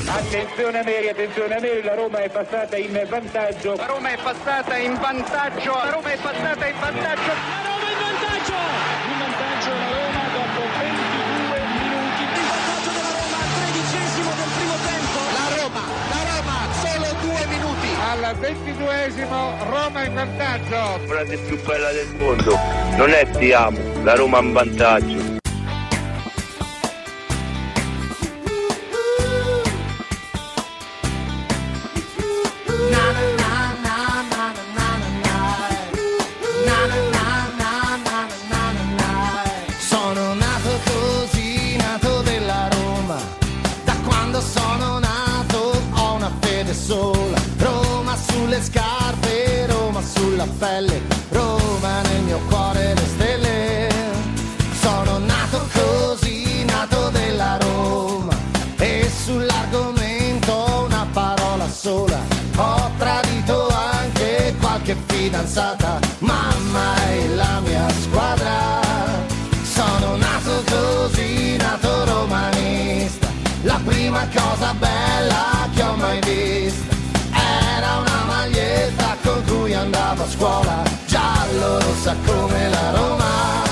Attenzione Ameri, la Roma è passata in vantaggio. La Roma è passata in vantaggio. La Roma in vantaggio. In vantaggio la Roma dopo 22 minuti. In vantaggio della Roma al 13° del primo tempo. La Roma, solo 2 minuti. Al 22esimo Roma in vantaggio. La frase più bella del mondo non è ti amo, la Roma in vantaggio. Sono nato così, nato della Roma. Da quando sono nato ho una fede sola. Roma sulle scarpe, Roma sulla pelle, Roma nel mio cuore le stelle. Sono nato così, nato della Roma. E sull'argomento una parola sola. Ho tradito anche qualche fidanzata, mamma è la mia squadra. Sono nato così, nato romanista. La prima cosa bella che ho mai vista era una maglietta con cui andavo a scuola, giallo rossa come la Roma.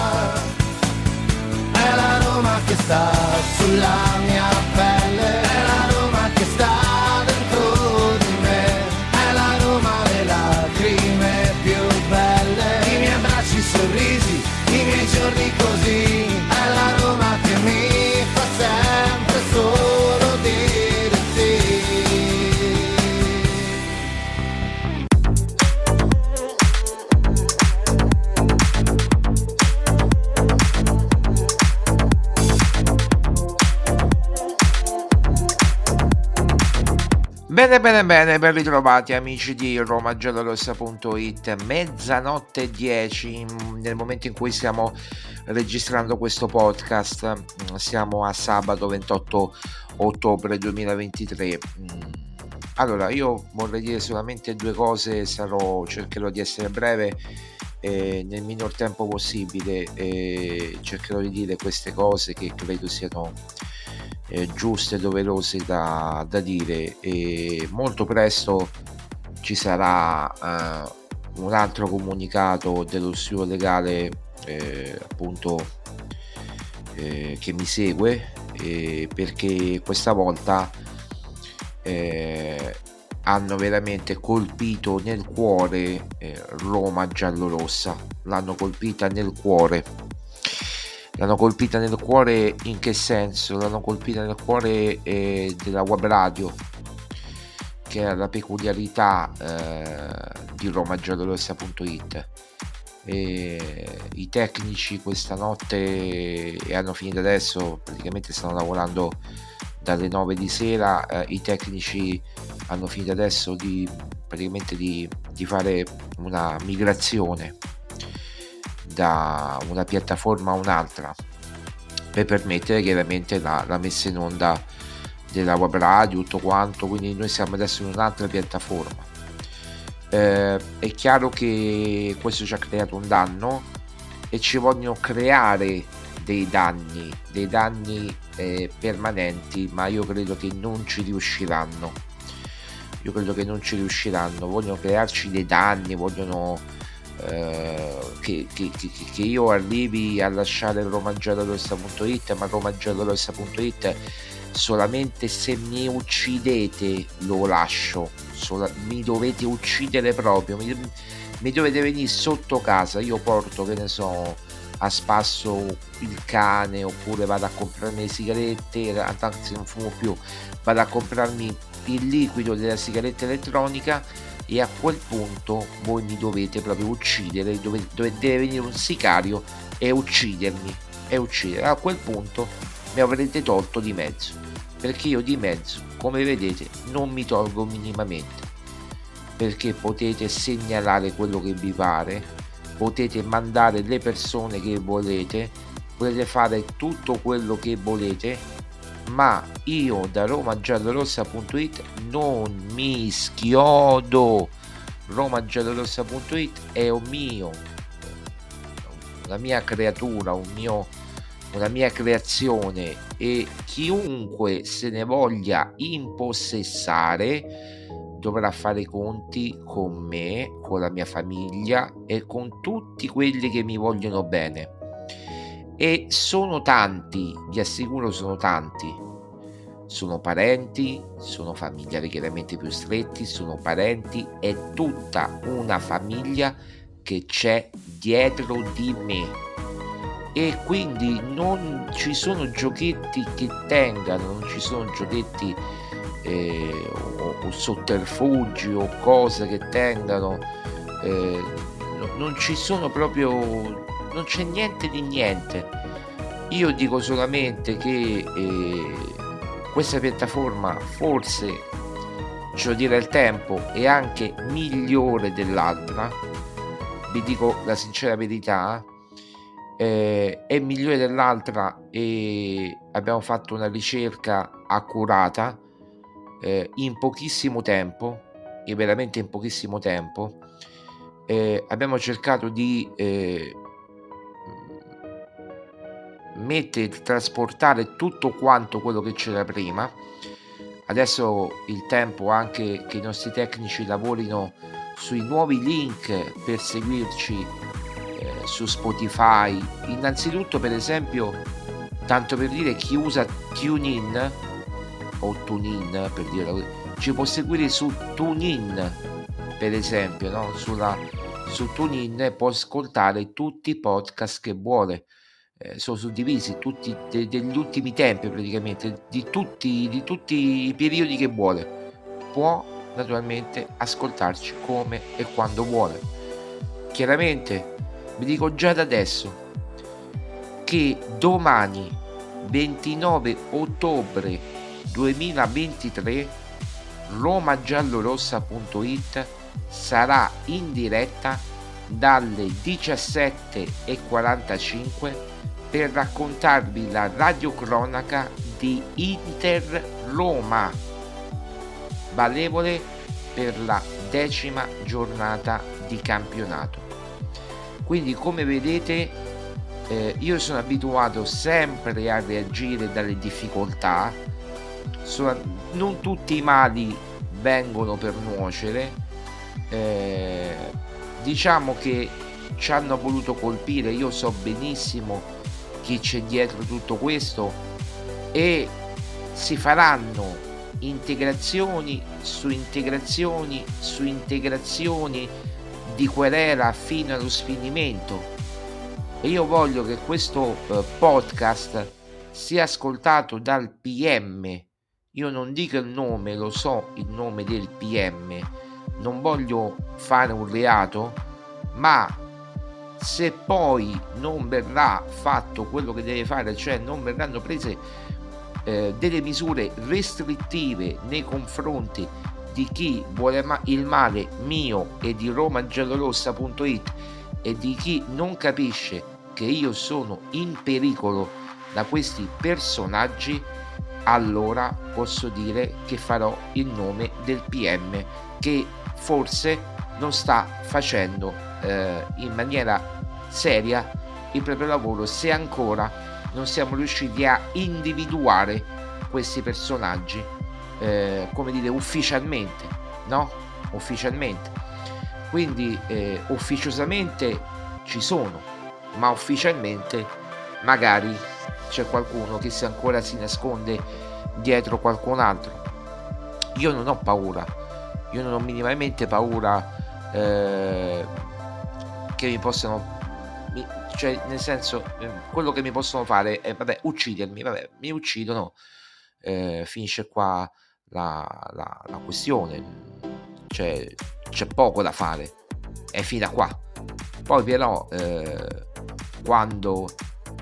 È la Roma che sta sulla mia pelle, è la Roma che sta dentro di me, è la Roma le lacrime più belle, i miei abbracci, i sorrisi, i miei giorni così, è la Roma che mi fa sempre solo dire sì. Bene, ben ritrovati amici di romagiallorossa.it. Mezzanotte 10 nel momento in cui stiamo registrando questo podcast. Siamo a sabato 28 ottobre 2023. Allora, io vorrei dire solamente due cose, cercherò di essere breve nel minor tempo possibile, cercherò di dire queste cose che credo siano giuste e doverose da dire, e molto presto ci sarà un altro comunicato dello studio legale appunto che mi segue, perché questa volta hanno veramente colpito nel cuore Roma giallorossa, l'hanno colpita nel cuore. L'hanno colpita nel cuore in che senso? L'hanno colpita nel cuore della web radio, che è la peculiarità di romagiallorossa.it. I tecnici questa notte, e hanno finito adesso, praticamente stanno lavorando dalle 9 di sera, i tecnici hanno finito adesso di fare una migrazione da una piattaforma a un'altra per permettere chiaramente la messa in onda della web radio, tutto quanto. Quindi noi siamo adesso in un'altra piattaforma. È chiaro che questo ci ha creato un danno e ci vogliono creare dei danni permanenti, ma io credo che non ci riusciranno. Vogliono crearci dei danni, vogliono che io arrivi a lasciare romagiallorossa.it, ma romagiallorossa.it solamente se mi uccidete lo lascio. Mi dovete uccidere proprio, mi dovete venire sotto casa, io porto, che ne so, a spasso il cane, oppure vado a comprarmi le sigarette, anzi non fumo più, vado a comprarmi il liquido della sigaretta elettronica, e a quel punto voi mi dovete proprio uccidere, deve venire un sicario e uccidermi, a quel punto mi avrete tolto di mezzo, perché io di mezzo, come vedete, non mi tolgo minimamente, perché potete segnalare quello che vi pare, potete mandare le persone che volete fare tutto quello che volete, ma io da romagiallorossa.it non mi schiodo. Romagiallorossa.it è la mia creatura, un mio una mia creazione, e chiunque se ne voglia impossessare dovrà fare i conti con me, con la mia famiglia e con tutti quelli che mi vogliono bene. E sono tanti, vi assicuro, sono tanti. Sono parenti, sono familiari chiaramente più stretti, sono parenti, è tutta una famiglia che c'è dietro di me. E quindi non ci sono giochetti che tengano, non ci sono giochetti o sotterfugi o cose che tengano, non ci sono proprio, non c'è niente di niente. Io dico solamente che questa piattaforma forse, ce lo dirà il tempo, è anche migliore dell'altra, vi dico la sincera verità, è migliore dell'altra e abbiamo fatto una ricerca accurata in pochissimo tempo, e veramente in pochissimo tempo. Abbiamo cercato di trasportare tutto quanto quello che c'era prima. Adesso il tempo anche che i nostri tecnici lavorino sui nuovi link per seguirci su Spotify. Innanzitutto, per esempio, tanto per dire, chi usa TuneIn o TuneIn per dirlo, ci può seguire su TuneIn, per esempio, no? Su TuneIn può ascoltare tutti i podcast che vuole. Sono suddivisi tutti degli ultimi tempi, praticamente di tutti i periodi che vuole. Può naturalmente ascoltarci come e quando vuole. Chiaramente vi dico già da adesso che domani 29 ottobre 2023 romagiallorossa.it sarà in diretta dalle 17:45 per raccontarvi la radiocronaca di Inter Roma, valevole per la 10ª giornata di campionato. Quindi, come vedete, io sono abituato sempre a reagire dalle difficoltà. Non tutti i mali vengono per nuocere. Diciamo che ci hanno voluto colpire, io so benissimo chi c'è dietro tutto questo, e si faranno integrazioni su integrazioni su integrazioni di querela fino allo sfinimento. E io voglio che questo podcast sia ascoltato dal PM. Io non dico il nome, lo so il nome del PM, non voglio fare un reato, ma se poi non verrà fatto quello che deve fare, cioè non verranno prese delle misure restrittive nei confronti di chi vuole il male mio e di romagiallorossa.it, e di chi non capisce che io sono in pericolo da questi personaggi, allora posso dire che farò il nome del PM, che forse non sta facendo in maniera seria il proprio lavoro, se ancora non siamo riusciti a individuare questi personaggi come dire ufficialmente, no? Ufficialmente. Quindi ufficiosamente ci sono, ma ufficialmente magari c'è qualcuno che ancora si nasconde dietro qualcun altro. Io non ho paura, io non ho minimamente paura che mi possano, cioè nel senso, quello che mi possono fare è uccidermi, mi uccidono, finisce qua la questione, cioè c'è poco da fare, è fino a qua. Poi però quando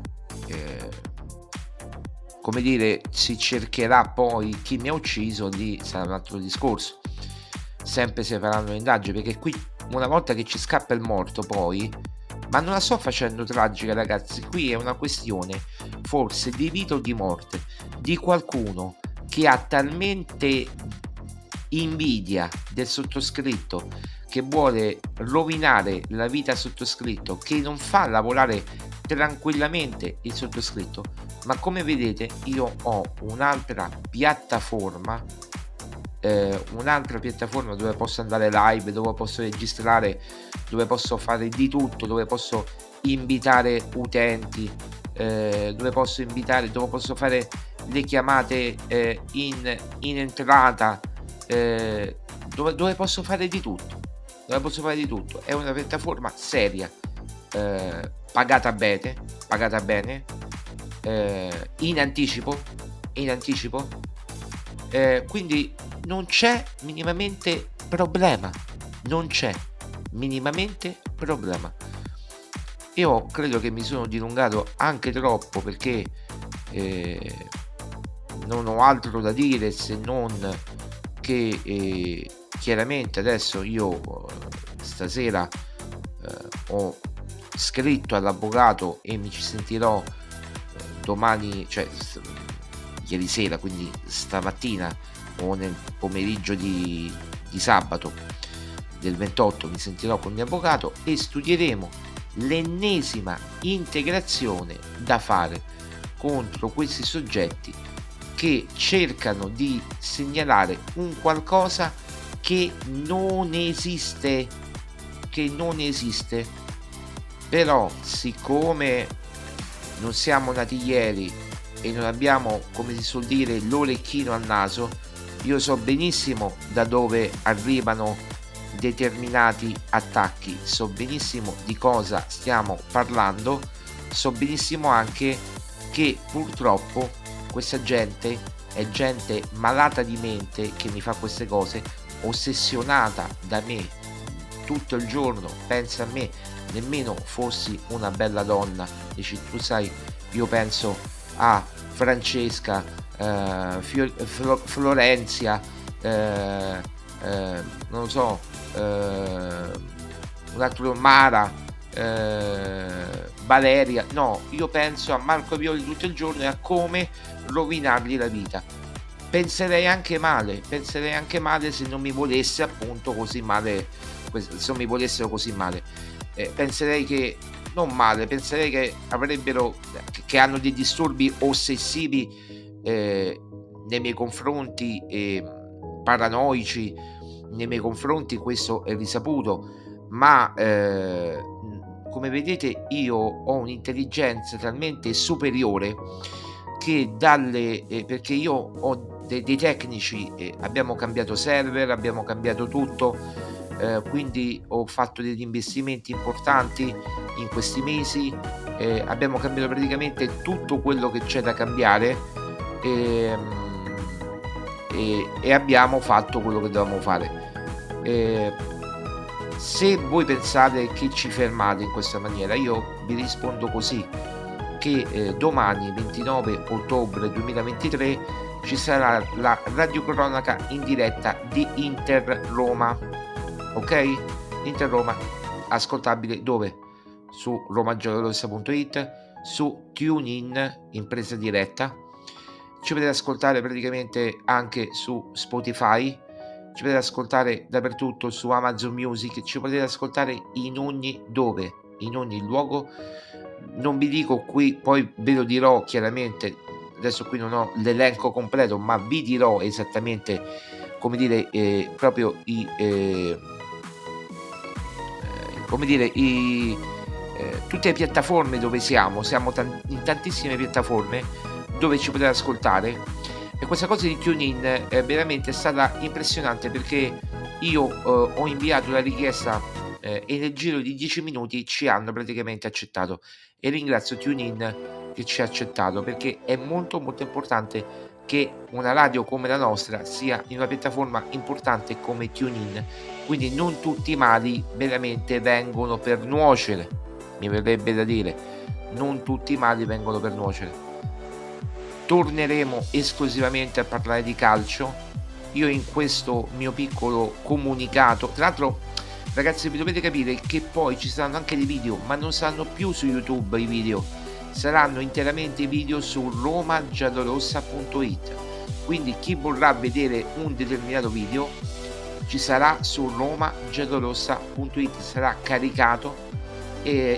come dire si cercherà poi chi mi ha ucciso, lì sarà un altro discorso, sempre se faranno indagini, perché qui una volta che ci scappa il morto poi, ma non la sto facendo tragica ragazzi, qui è una questione forse di vita o di morte di qualcuno che ha talmente invidia del sottoscritto, che vuole rovinare la vita sottoscritto, che non fa lavorare tranquillamente il sottoscritto, ma come vedete io ho un'altra piattaforma dove posso andare live, dove posso registrare, dove posso fare di tutto, dove posso invitare utenti, dove posso fare le chiamate in entrata, dove posso fare di tutto. È una piattaforma seria, pagata bene, in anticipo, quindi non c'è minimamente problema. Io credo che mi sono dilungato anche troppo, perché non ho altro da dire se non che chiaramente adesso io stasera ho scritto all'avvocato e mi ci sentirò domani, cioè ieri sera, quindi stamattina o nel pomeriggio di sabato del 28 mi sentirò con il mio avvocato e studieremo l'ennesima integrazione da fare contro questi soggetti che cercano di segnalare un qualcosa che non esiste. Però siccome non siamo nati ieri e non abbiamo, come si suol dire, l'orecchino al naso, io so benissimo da dove arrivano determinati attacchi, so benissimo di cosa stiamo parlando, so benissimo anche che purtroppo questa gente è gente malata di mente che mi fa queste cose, ossessionata da me tutto il giorno, pensa a me, nemmeno fossi una bella donna, dici tu sai, io penso a Francesca, Florenzia, non lo so, un altro Mara, Valeria, no, io penso a Marco Violi tutto il giorno e a come rovinargli la vita. Penserei anche male se non mi volesse appunto così male, se non mi volessero così male. Penserei che avrebbero, che hanno dei disturbi ossessivi nei miei confronti, paranoici nei miei confronti, questo è risaputo, ma come vedete io ho un'intelligenza talmente superiore che perché io ho dei tecnici, abbiamo cambiato server, abbiamo cambiato tutto, quindi ho fatto degli investimenti importanti in questi mesi, abbiamo cambiato praticamente tutto quello che c'è da cambiare e abbiamo fatto quello che dovevamo fare. Se voi pensate che ci fermate in questa maniera, io vi rispondo così, che domani 29 ottobre 2023 ci sarà la radiocronaca in diretta di Inter Roma, ok? Inter Roma, ascoltabile dove? Su romagiallorossa.it, su TuneIn in presa diretta, ci potete ascoltare praticamente anche su Spotify, ci potete ascoltare dappertutto, su Amazon Music, ci potete ascoltare in ogni dove, in ogni luogo. Non vi dico qui, poi ve lo dirò chiaramente, adesso qui non ho l'elenco completo, ma vi dirò esattamente, come dire, proprio tutte le piattaforme dove siamo in tantissime piattaforme dove ci potete ascoltare. E questa cosa di TuneIn veramente è stata impressionante, perché io ho inviato la richiesta e nel giro di 10 minuti ci hanno praticamente accettato, e ringrazio TuneIn che ci ha accettato, perché è molto molto importante che una radio come la nostra sia in una piattaforma importante come TuneIn, quindi non tutti i mali veramente vengono per nuocere, mi verrebbe da dire, non tutti i mali vengono per nuocere. Torneremo esclusivamente a parlare di calcio. Io in questo mio piccolo comunicato, tra l'altro ragazzi vi dovete capire che poi ci saranno anche dei video, ma non saranno più su YouTube i video, saranno interamente video su romagiallorossa.it, quindi chi vorrà vedere un determinato video ci sarà su romagiallorossa.it, sarà caricato e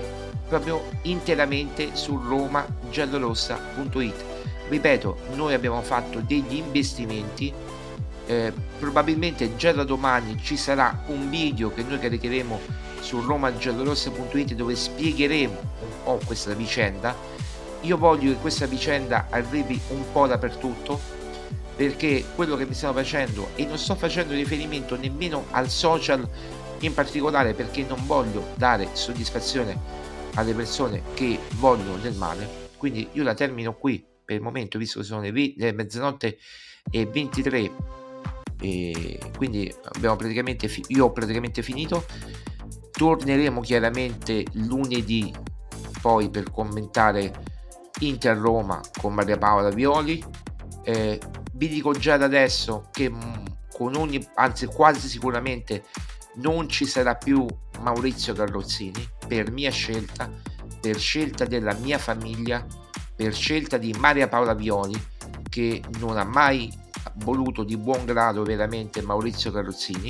proprio interamente su romagiallorossa.it. Ripeto, noi abbiamo fatto degli investimenti, probabilmente già da domani ci sarà un video che noi caricheremo su romagiallorossa.it dove spiegheremo un po' questa vicenda. Io voglio che questa vicenda arrivi un po' dappertutto, perché quello che mi stanno facendo, e non sto facendo riferimento nemmeno al social in particolare, perché non voglio dare soddisfazione alle persone che vogliono del male, quindi io la termino qui per il momento, visto che sono le mezzanotte e 23, e quindi io ho praticamente finito. Torneremo chiaramente lunedì poi per commentare Inter Roma con Maria Paola Violi. Vi dico già da adesso che anzi quasi sicuramente non ci sarà più Maurizio Carrozzini, per mia scelta, per scelta della mia famiglia, per scelta di Maria Paola Violi, che non ha mai voluto di buon grado veramente Maurizio Carrozzini.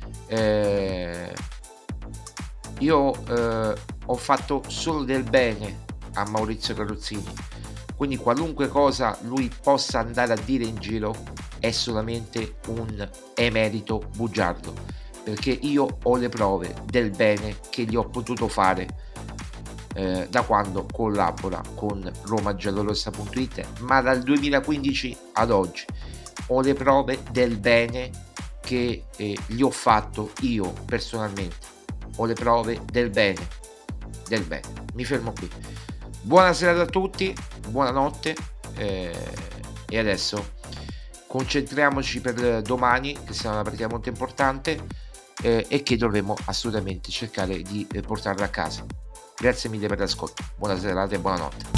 Io ho fatto solo del bene a Maurizio Carrozzini, quindi qualunque cosa lui possa andare a dire in giro è solamente un emerito bugiardo, perché io ho le prove del bene che gli ho potuto fare da quando collabora con romagiallorossa.it, ma dal 2015 ad oggi ho le prove del bene che gli ho fatto io personalmente, ho le prove del bene. Mi fermo qui. Buonasera a tutti, buonanotte, e adesso concentriamoci per domani, che sarà una partita molto importante e che dovremo assolutamente cercare di portarla a casa. Grazie mille per l'ascolto, buona serata e buonanotte.